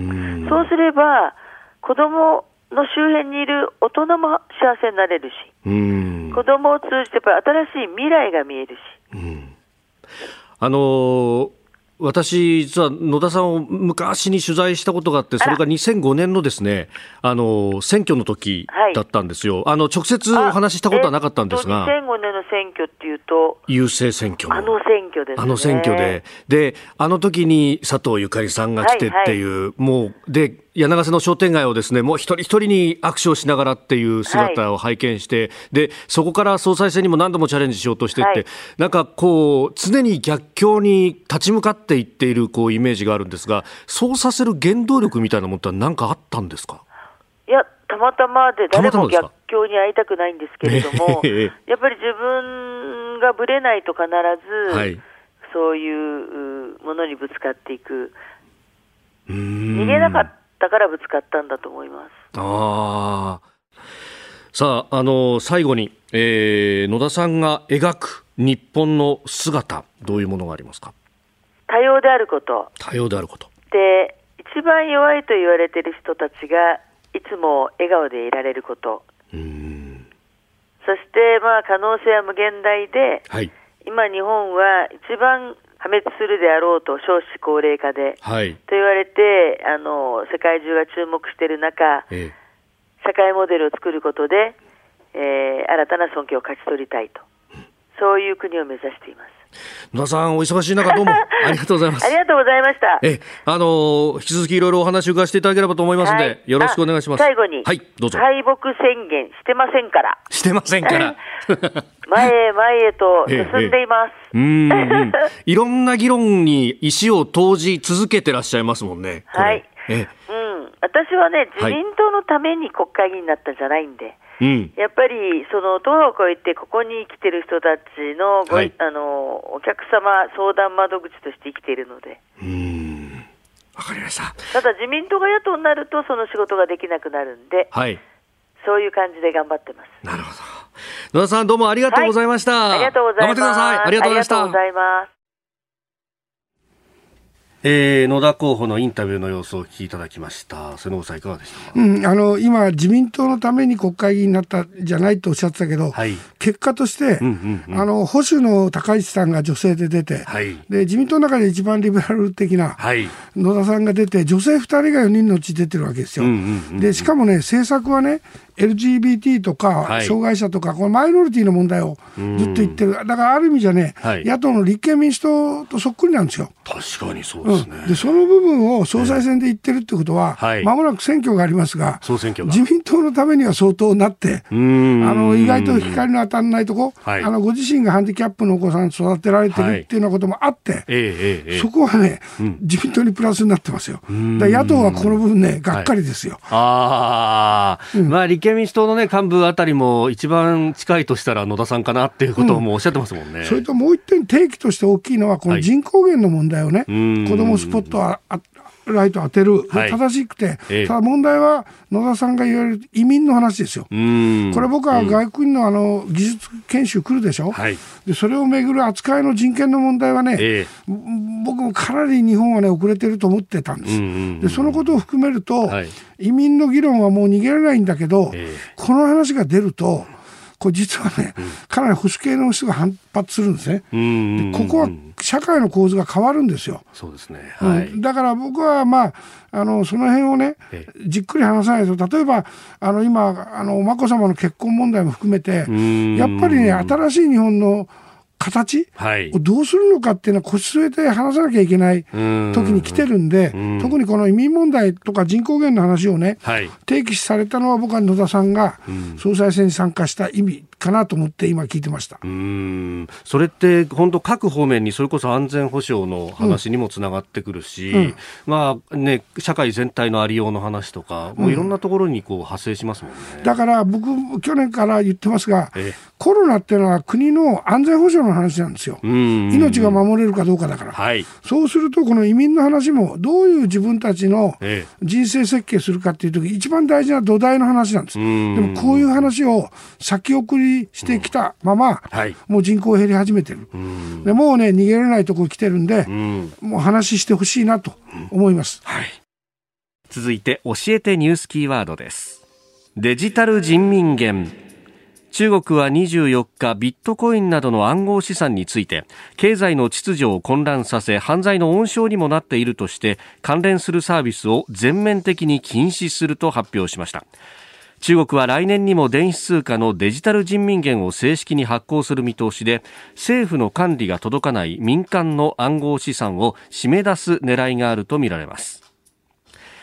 そうすれば子供の周辺にいる大人も幸せになれるし、うん、子供を通じてやっぱり新しい未来が見えるし、うん、 あのー私実は野田さんを昔に取材したことがあって、それがにせんごねんのですね、あの選挙の時だったんですよ、はい、あの直接お話ししたことはなかったんですが、 にせんごねんの選挙っていうと郵政選挙のあの選挙ですね。 あの選挙でであの時に佐藤ゆかりさんが来てっていう、はいはい、もうで柳瀬の商店街をですね、もう一人一人に握手をしながらっていう姿を拝見して、はい、でそこから総裁選にも何度もチャレンジしようとしていって、はい、なんかこう常に逆境に立ち向かっていっているこうイメージがあるんですが、そうさせる原動力みたいなものって何かあったんですか？ いや、たまたまで誰も逆境に遭いたくないんですけれども、やっぱり自分がぶれないと必ず、はい、そういうものにぶつかっていく。うーん、逃げなかったからぶつかったんだと思います。 あさあ、あの最後に、えー、野田さんが描く日本の姿、どういうものがありますか？ 多様であること。 多様であることで、一番弱いと言われている人たちがいつも笑顔でいられること。うーん、そして、まあ、可能性は無限大で、はい、今日本は一番破滅するであろうと少子高齢化で、はい、と言われて、あの世界中が注目している中、ええ、社会モデルを作ることで、えー、新たな尊敬を勝ち取りたいと、そういう国を目指しています。 野田さん、お忙しい中どうもありがとうございます。 ありがとうございました。 えあの引き続きいろいろお話を伺わせていただければと思いますので、はい、よろしくお願いします。 最後に、 はい、どうぞ。 敗北宣言してませんからしてませんから前へ前へと進んでいます。 ええええ、うんうんいろんな議論に石を投じ続けてらっしゃいますもんね。 はい、ええ、うん、私はね、自民党のために国会議員になったんじゃないんで、はい、やっぱりその党を超えてここに来てる人たちのご、はい、あのお客様相談窓口として生きているので。 うーん、わかりました。 ただ自民党が野党になるとその仕事ができなくなるんで、はい、そういう感じで頑張ってます。 なるほど。野田さん、どうもありがとうございました。 はい、ありがとうございます。 頑張ってください。ありがとうございました。 ありがとうございます。 えー、野田候補のインタビューの様子をお聞きいただきました。瀬能さん、いかがでしたか？ うん、あの今自民党のために国会議員になったんじゃないとおっしゃってたけど、はい、結果として、うんうんうん、あの保守の高市さんが女性で出て、はい、で自民党の中で一番リベラル的な野田さんが出て、女性ふたりがよにんのうち出てるわけですよ、うんうんうんうん、でしかもね、政策はね エルジービーティー とか、はい、障害者とかこのマイノリティの問題をずっと言ってる。だからある意味じゃね、はい、野党の立憲民主党とそっくりなんですよ。 確かにそうですね、 うん、でその部分を総裁選で言ってるってことは、えー、間もなく選挙がありますが、 総選挙が自民党のためには相当なって、あの意外と光の当たらないとこ、はい、あのご自身がハンディキャップのお子さん育てられてるっていうようなこともあって、はい、えーえー、そこはね、うん、自民党にプラスになってますよ。だから野党はこの部分ね、がっかりですよ。 はい、あ、うん、まあ、立憲民主党の、ね、幹部あたりも一番近いとしたら野田さんかなっていうこともおっしゃってますもんね、うん、 それともう一点提起として大きいのはこの人口減の問題をね、はい、子どもスポットはあライト当てる、はい、正しくて、ええ、ただ問題は野田さんが言われる移民の話ですよ。うーん、これ僕は外国人の、あの技術研修来るでしょ、はい、でそれをめぐる扱いの人権の問題はね、ええ、僕もかなり日本はね遅れてると思ってたんです、うんうんうん、でそのことを含めると、はい、移民の議論はもう逃げられないんだけど、ええ、この話が出るとこれ実はね、うん、かなり保守系の人が反発するんですね。うんうんうん、でここは社会の構図が変わるんですよ。 そうですね、はい、 うん、だから僕は、まあ、あのその辺をねじっくり話さないと、例えばあの今あの眞子さまの結婚問題も含めてやっぱりね新しい日本の形をどうするのかっていうのは腰据えて話さなきゃいけない時に来てるんで、特にこの移民問題とか人口減の話をね、はい、提起されたのは僕は野田さんが総裁選に参加した意味かなと思って今聞いてました。 うーん、それって本当各方面にそれこそ安全保障の話にもつながってくるし、うんうん、まあね、社会全体のありようの話とか、もういろんなところにこう派生しますもんね。 だから僕去年から言ってますが、えコロナっていうのは国の安全保障の話なんですよ。命が守れるかどうかだから、はい、そうするとこの移民の話もどういう自分たちの人生設計するかっていう時一番大事な土台の話なんです。でもこういう話を先送りしてきたまま、うん、はい、もう人口減り始めてる。でもうね逃げられないところ来てるんで、もう話してほしいなと思います、はい、 続いて教えてニュースキーワードです。デジタル人民元。中国はにじゅうよっかビットコインなどの暗号資産について経済の秩序を混乱させ犯罪の温床にもなっているとして関連するサービスを全面的に禁止すると発表しました。中国は来年にも電子通貨のデジタル人民元を正式に発行する見通しで、政府の管理が届かない民間の暗号資産を締め出す狙いがあるとみられます。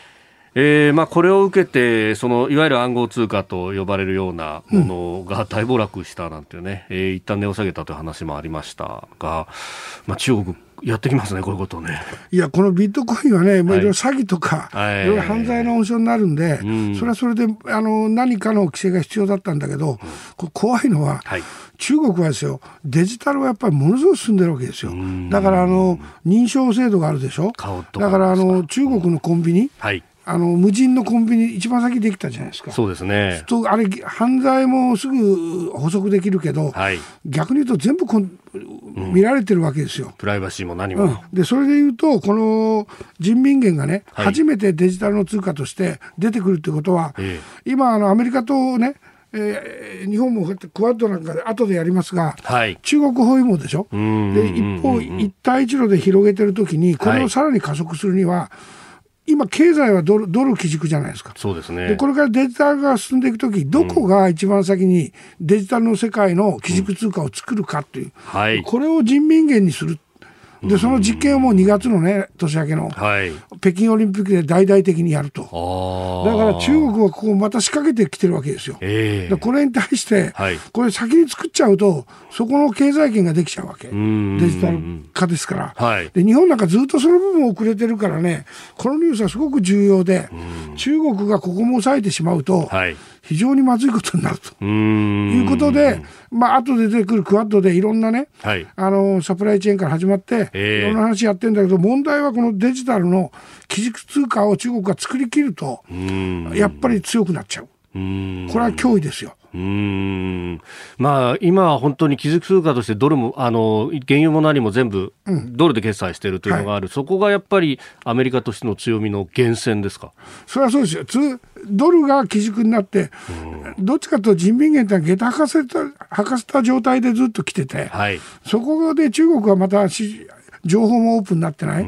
えーまあ、これを受けてそのいわゆる暗号通貨と呼ばれるようなものが大暴落したなんていうね、うん、えー、一旦値を下げたという話もありましたが、まあ、中国やってきますね、こういうことをね。いや、このビットコインはね、もういろいろ詐欺とか、はい、いろいろ犯罪の温床になるんで、うん、それはそれであの何かの規制が必要だったんだけど、うん、これ怖いのは、はい、中国はですよ、デジタルはやっぱりものすごく進んでるわけですよ。だからあの認証制度があるでしょ。だからあの中国のコンビニ、はい、あの無人のコンビニ一番先できたじゃないですか。 そうですね。 とあれ犯罪もすぐ捕捉できるけど、はい、逆に言うと全部こん見られてるわけですよ、うん、 プライバシーも何も、 うん、でそれで言うとこの人民元がね、はい、初めてデジタルの通貨として出てくるってことは、ええ、今あのアメリカとね、えー、日本もクワッドなんかで後でやりますが、はい、中国包囲網でしょ。で一方一帯一路で広げてるときにこれをさらに加速するには、はい、今経済はドル、ドル基軸じゃないですか。 そうですね。 でこれからデジタルが進んでいくとき、どこが一番先にデジタルの世界の基軸通貨を作るかっていう、うん、はい、これを人民元にする。でその実験をもうにがつのね年明けの、はい、北京オリンピックで大々的にやると。だから中国はここまた仕掛けてきてるわけですよ、えー、でこれに対して、はい、これ先に作っちゃうとそこの経済圏ができちゃうわけ。デジタル化ですから、はい、で日本なんかずっとその部分遅れてるからね、このニュースはすごく重要で、中国がここも抑えてしまうと、はい、非常にまずいことになるということで、まあ後で出てくるクワッドでいろんなね、はい、あのサプライチェーンから始まっていろんな話やってるんだけど、問題はこのデジタルの基軸通貨を中国が作りきるとやっぱり強くなっちゃう。これは脅威ですよ。 うーん、まあ、今は本当に基軸通貨としてドルもあの原油も何も全部ドルで決済しているというのがある、うん、はい、そこがやっぱりアメリカとしての強みの源泉ですか。 それはそうですよ。ドルが基軸になって、うん、どっちかというと人民元って下駄履かせた履かせた状態でずっと来てて、はい、そこで中国はまた情報もオープンになってない、うん、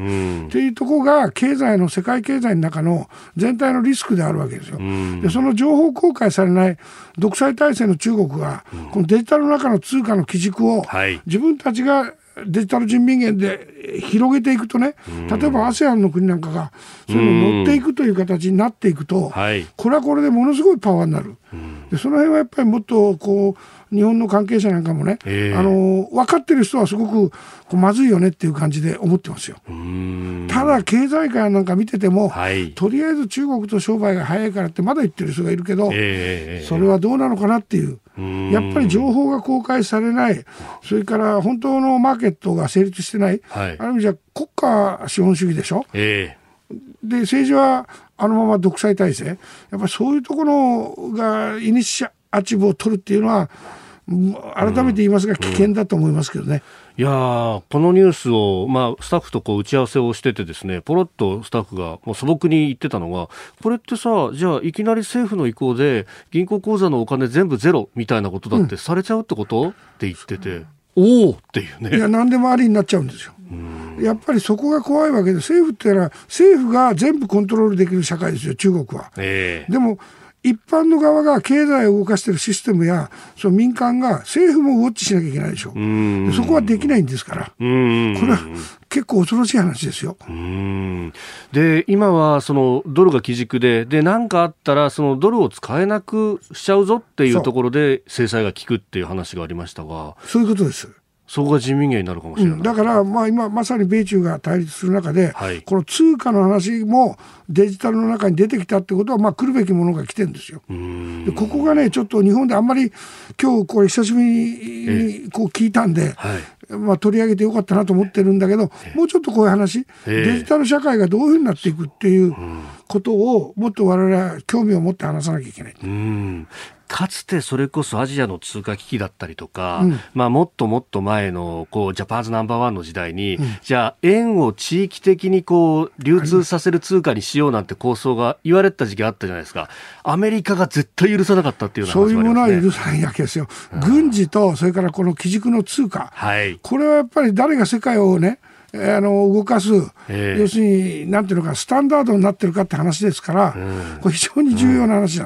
っていうところが経済の世界経済の中の全体のリスクであるわけですよ、うん、でその情報公開されない独裁体制の中国が、うん、このデジタルの中の通貨の基軸を、はい、自分たちがデジタル人民元で広げていくとね、例えば アセアン の国なんかがそういうの乗っていくという形になっていくと、はい、これはこれでものすごいパワーになる。でその辺はやっぱりもっとこう日本の関係者なんかもね、あの分かってる人はすごくこうまずいよねっていう感じで思ってますよ。ただ経済界なんか見てても、はい、とりあえず中国と商売が早いからってまだ言ってる人がいるけど、えー、それはどうなのかなっていう、やっぱり情報が公開されない、それから本当のマーケットが成立してない、はい、ある意味じゃ国家資本主義でしょ、えー、で政治はあのまま独裁体制、やっぱりそういうところがイニシアチブを取るっていうのは改めて言いますが危険だと思いますけどね、 うんうん、いやこのニュースを、まあ、スタッフとこう打ち合わせをしててですね、ポロッとスタッフがもう素朴に言ってたのが、これってさ、じゃあいきなり政府の意向で銀行口座のお金全部ゼロみたいなことだってされちゃうってこと、うん、って言ってて、おおっていうね。 いや何でもありになっちゃうんですよ。やっぱりそこが怖いわけで、政府っていうのは政府が全部コントロールできる社会ですよ、中国は、えー、でも一般の側が経済を動かしているシステムやその民間が政府もウォッチしなきゃいけないでしょ。でそこはできないんですから、これは結構恐ろしい話ですよ。 うんで今はそのドルが基軸でで何かあったらそのドルを使えなくしちゃうぞっていうところで制裁が効くっていう話がありましたが、 そういうことです。 そこが人民元になるかもしれない、うん、 だから、まあ、今まさに米中が対立する中で、はい、この通貨の話もデジタルの中に出てきたってことは、まあ、来るべきものが来てるんですよ。でここがねちょっと日本であんまり今日これ久しぶりにこう聞いたんで、はい、まあ、取り上げてよかったなと思ってるんだけど、もうちょっとこういう話、デジタル社会がどういうふうになっていくっていうことをもっと我々は興味を持って話さなきゃいけない。 うんかつてそれこそアジアの通貨危機だったりとか、うん、まあ、もっともっと前のこうジャパンズナンバーワンの時代に、うん、じゃあ円を地域的にこう流通させる通貨にしようなんて構想が言われた時期あったじゃないですか。アメリカが絶対許さなかったっていうような話もありますね。そういうものは許さないわけですよ、うん、軍事とそれからこの基軸の通貨、はい、これはやっぱり誰が世界をねあの動かす、えー、要するになんていうのかスタンダードになってるかって話ですから、うん、これ非常に重要な話なんです、うん、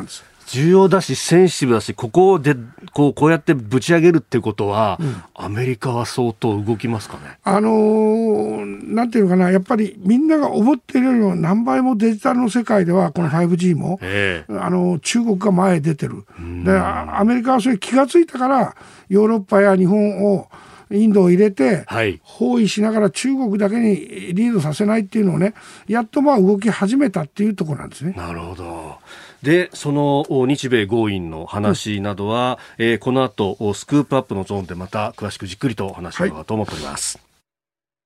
重要だしセンシティブだし、ここでこう、こうやってぶち上げるってことは、うん、アメリカは相当動きますかね。 あのー、なんていうのかな、やっぱりみんなが思っているよりも何倍もデジタルの世界ではこの ファイブジー も、えー、あの中国が前へ出てる。でアメリカはそれ気がついたからヨーロッパや日本をインドを入れて、はい、包囲しながら中国だけにリードさせないっていうのをね、やっとまあ動き始めたっていうところなんですね。 なるほど。でその日米豪印の話などは、うんえー、この後スクープアップのゾーンでまた詳しくじっくりとお話ししようと思っております、はい、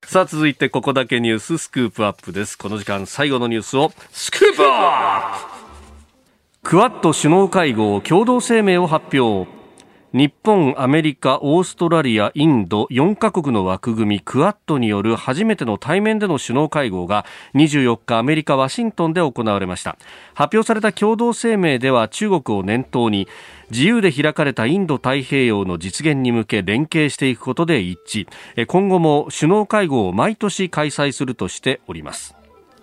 さあ続いてここだけニューススクープアップです。この時間最後のニュースをスクープアップ。クアッド首脳会合共同声明を発表。日本、アメリカ、オーストラリア、インドよんカ国の枠組みクアッドによる初めての対面での首脳会合がにじゅうよっかアメリカ・ワシントンで行われました。発表された共同声明では中国を念頭に自由で開かれたインド太平洋の実現に向け連携していくことで一致。今後も首脳会合を毎年開催するとしております。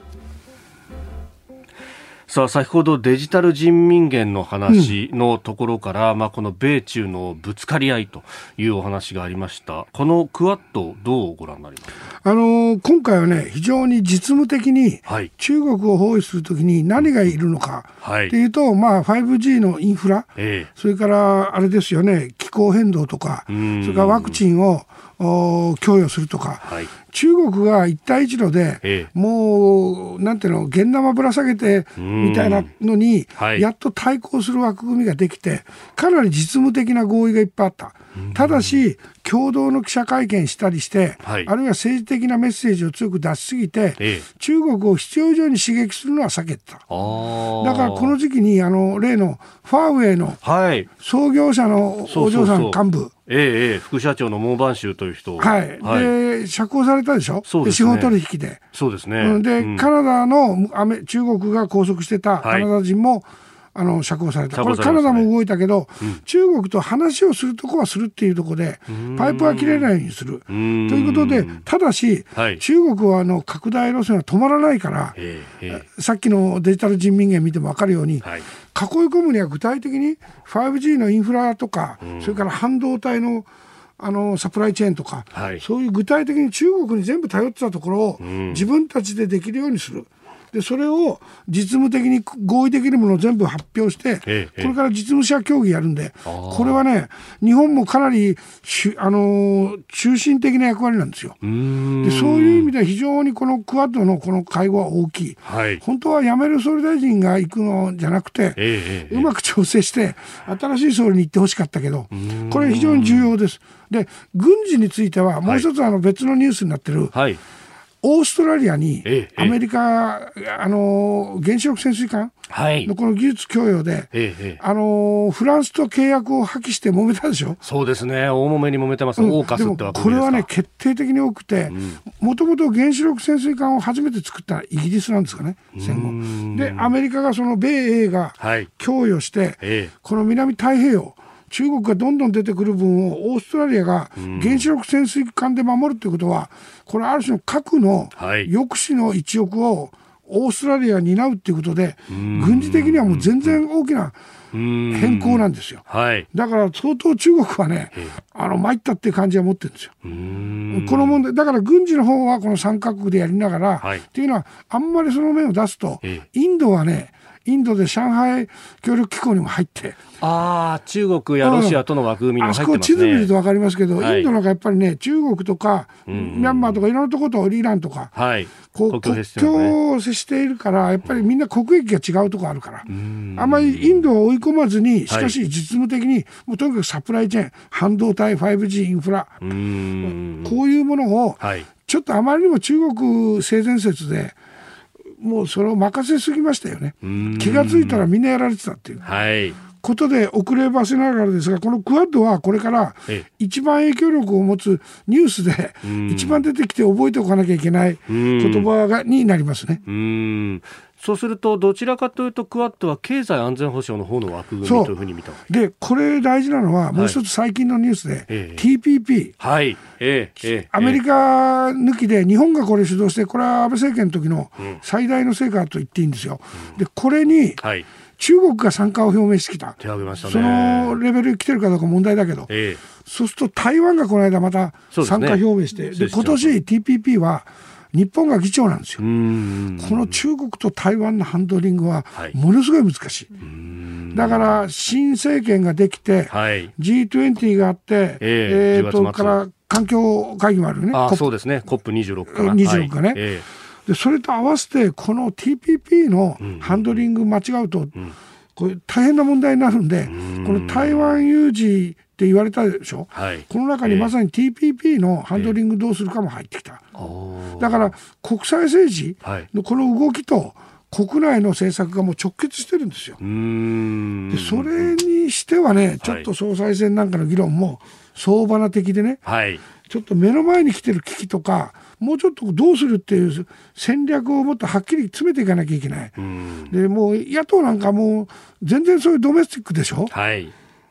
さあ先ほどデジタル人民元の話のところから、うんまあ、この米中のぶつかり合いというお話がありました。このクアッドどうご覧になりますか。 あのー、今回はね非常に実務的に中国を包囲するときに何がいるのかっていうと、はいまあ、ファイブジー のインフラ、ええ、それからあれですよね気候変動とかそれからワクチンを供与するとか、はい、中国が一帯一路で、ええ、もうなんていうの現玉ぶら下げてみたいなのに、はい、やっと対抗する枠組みができてかなり実務的な合意がいっぱいあった。ただし共同の記者会見したりして、はい、あるいは政治的なメッセージを強く出しすぎて、ええ、中国を必要以上に刺激するのは避けてた。だからこの時期にあの例のファーウェイの創業者のお嬢さん幹部、 ええ、副社長のモーバンシュという人、 はい、はい、で釈放されたでしょ。そうですね、で司法取引でそうですね。 で、うん、カナダのアメ中国が拘束してたカナダ人も、はいあの釈放された。これカナダも動いたけど、うん、中国と話をするとこはするっていうところでパイプは切れないようにするということで、ただし、はい、中国はあの拡大路線は止まらないから、えー、さっきのデジタル人民元見ても分かるように、はい、囲い込むには具体的に ファイブジー のインフラとか、うん、それから半導体のあのサプライチェーンとか、はい、そういう具体的に中国に全部頼ってたところを、うん、自分たちでできるようにする。でそれを実務的に合意できるものを全部発表して、ええ、これから実務者協議やるんで、これはね日本もかなりあの中心的な役割なんですよ。でそういう意味では非常にこのクアッドのこの会合は大きい、はい、本当は辞める総理大臣が行くのじゃなくて、ええ、うまく調整して新しい総理に行ってほしかったけどこれ非常に重要です。で軍事についてはもう一つあの別のニュースになってる、はいオーストラリアにアメリカ、ええ、あの原子力潜水艦のこの技術供与で、え、あのフランスと契約を破棄して揉めたでしょ。 そうですね大揉めに揉めてます、うん、オーカスってわけですか。 これはね決定的に多くてもともと原子力潜水艦を初めて作ったのはイギリスなんですかね戦後でアメリカがその米英が供与して、はいえ、この南太平洋中国がどんどん出てくる分をオーストラリアが原子力潜水艦で守るということはこれある種の核の抑止の一翼をオーストラリアが担うということで軍事的にはもう全然大きな変更なんですよ。だから相当中国はねあの参ったっていう感じは持ってるんですよ。この問題だから軍事の方はこのさんカ国でやりながら、はい、っていうのはあんまりその面を出すとインドはねインドで上海協力機構にも入ってあ中国やロシアとの枠組みにも入ってますね。 あそこ地図見ると分かりますけど、はい、インドなんかやっぱりね中国とかミャンマーとかいろんなところとイランとか、はい、こう国境を接しているからやっぱりみんな国益が違うところあるからあんまりインドを追い込まずにしかし実務的にもうとにかくサプライチェーン半導体 ファイブジー インフラうーんこういうものを、はい、ちょっとあまりにも中国性善説でもうそれを任せすぎましたよね。気がついたらみんなやられてたっていう、はい、ことで遅ればせながらですがこのクアッドはこれから一番影響力を持つニュースで一番出てきて覚えておかなきゃいけない言葉がになりますね。 うーんそうするとどちらかというとクアッドは経済安全保障の方の枠組みというふうに見たでこれ大事なのはもう一つ最近のニュースで、はいええ、ティーピーピー、はいええ、アメリカ抜きで日本がこれ主導してこれは安倍政権の時の最大の成果と言っていいんですよ。でこれに中国が参加を表明してきた。 手を挙げましたね。 そのレベルに来てるかどうか問題だけど、ええ、そうすると台湾がこの間また参加表明して、で、ね、で今年 ティーピーピー は日本が議長なんですよ。この中国と台湾のハンドリングはものすごい難しい、はい、だから新政権ができて、はい、ジートゥエンティー があって、えー、えー、とから環境会議もあるね。 あ、そうですね。コップにじゅうろく かな。 にじゅうろくかね、はい、えー、でそれと合わせてこの ティーピーピー のハンドリング間違うと、うん、これ大変な問題になるんで、んこの台湾有事って言われたでしょ、はい、この中にまさに ティーピーピー のハンドリングどうするかも入ってきた、えー、だから国際政治のこの動きと国内の政策がもう直結してるんですよ。うーん、でそれにしてはね、ちょっと総裁選なんかの議論も相場な的でね、はい、ちょっと目の前に来てる危機とかもうちょっとどうするっていう戦略をもっとはっきり詰めていかなきゃいけない。でもう野党なんかもう全然そういうドメスティックでしょ、はい、うん、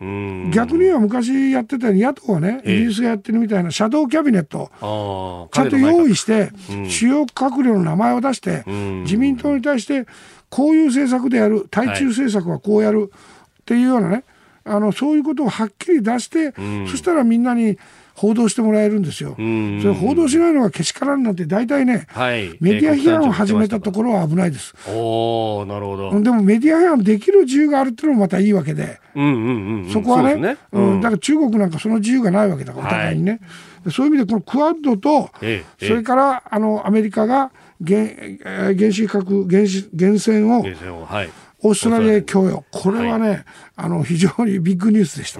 逆には昔やってたように野党はね、イギリスがやってるみたいなシャドーキャビネットちゃんと用意して主要閣僚の名前を出して自民党に対してこういう政策でやる、対中政策はこうやるっていうようなね、あのそういうことをはっきり出して、そしたらみんなに報道してもらえるんですよ。それ報道しないのがけしからんなんて大体ね、はい、メディア批判を始めたところは危ないです。 おー、なるほど。 でもメディア批判できる自由があるっていうのもまたいいわけで、うんうんうん、そこは ね, ね、うん、だから中国なんかその自由がないわけだから、お互いにね、はい、そういう意味でこのクアッドと、ええ、それからあのアメリカが 原, 原子核 原, 子原潜を、はい、オーストラリア供与、これはね、はい、あの非常にビッグニュースでした。 うん、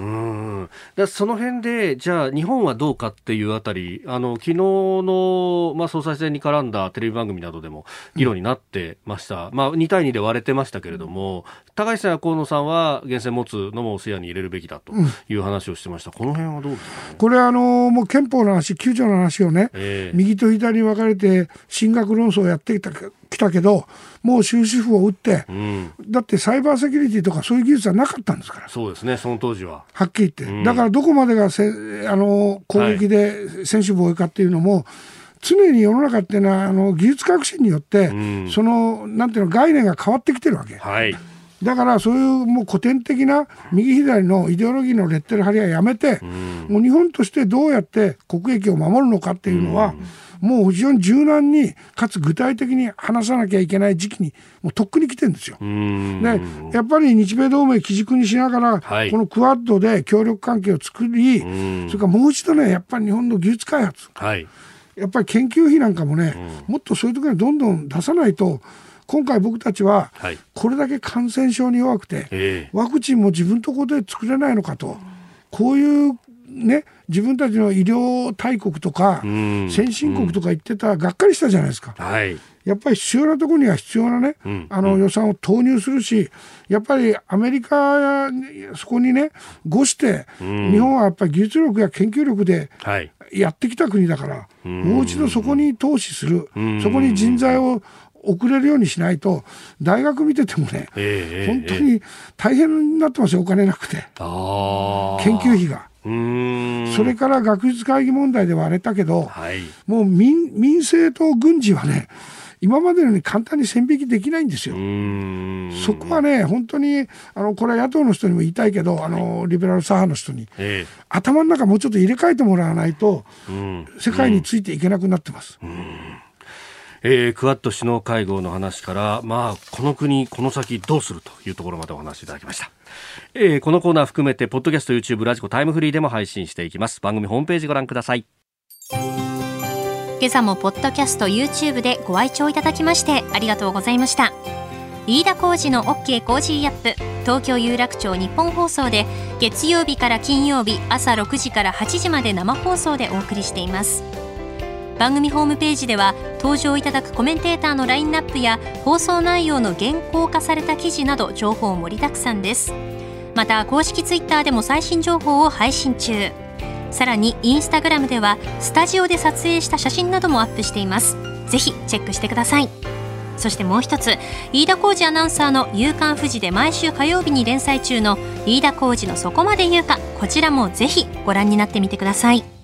だその辺でじゃあ日本はどうかっていうあたり、あの昨日の、まあ、総裁選に絡んだテレビ番組などでも議論になってました、うん、まあ、にたいにで割れてましたけれども、高市さんや河野さんは原潜持つのも視野に入れるべきだという話をしてました、うん、この辺はどうですかね。 これあのもう憲法の話、きゅうじょうの話をね、えー、右と左に分かれて進学論争をやってきた来たけど、もう終止符を打って、うん、だってサイバーセキュリティとかそういう技術はなかったんですから。 そうですね、その当時ははっきり言って、うん、だからどこまでがせあの攻撃で専守防衛かっていうのも、はい、常に世の中っていうのはあの技術革新によって、うん、そのなんていうの概念が変わってきてるわけ、はい、だからそういうもう古典的な右左のイデオロギーのレッテル貼りはやめて、うん、もう日本としてどうやって国益を守るのかっていうのは、うん、もう非常に柔軟にかつ具体的に話さなきゃいけない時期にもうとっくに来てるんですよ。でやっぱり日米同盟基軸にしながら、はい、このクアッドで協力関係を作り、それからもう一度ね、やっぱり日本の技術開発、はい、やっぱり研究費なんかもね、うん、もっとそういうところにどんどん出さないと、今回僕たちはこれだけ感染症に弱くて、はい、ワクチンも自分のところで作れないのかと、こういうね、自分たちの医療大国とか先進国とか言ってたらがっかりしたじゃないですか、はい、やっぱり必要なところには必要なね、うん、あの予算を投入するし、やっぱりアメリカそこにね誤して、うん、日本はやっぱり技術力や研究力でやってきた国だから、はい、もう一度そこに投資する、うん、そこに人材を送れるようにしないと、大学見ててもね、えー、本当に大変になってますよ、お金なくて、あ研究費が。うーん、それから学術会議問題で割れたけど、はい、もう 民, 民政と軍事はね、今までのように簡単に線引きできないんですよ。うーん、そこはね、本当にあのこれは野党の人にも言いたいけど、あのリベラル左派の人に、えー、頭の中もうちょっと入れ替えてもらわないと、世界についていけなくなってます。うんうん、 えー、クアッド首脳会合の話から、まあ、この国この先どうするというところまでお話しいただきました。えー、このコーナー含めてポッドキャスト、 YouTube、 ラジコ、タイムフリーでも配信していきます。番組ホームページご覧ください。 今朝もポッドキャスト YouTube でご愛聴いただきましてありがとうございました。飯田浩司の OK コージーアップ、東京有楽町日本放送で月曜日から金曜日朝ろくじからはちじまで生放送でお送りしています。番組ホームページでは登場いただくコメンテーターのラインナップや放送内容の原稿化された記事など情報盛りだくさんです。また公式ツイッターでも最新情報を配信中。さらにインスタグラムではスタジオで撮影した写真などもアップしています。ぜひチェックしてください。そしてもう一つ、飯田浩司アナウンサーの夕刊フジで毎週火曜日に連載中の飯田浩司のそこまで言うか、こちらもぜひご覧になってみてください。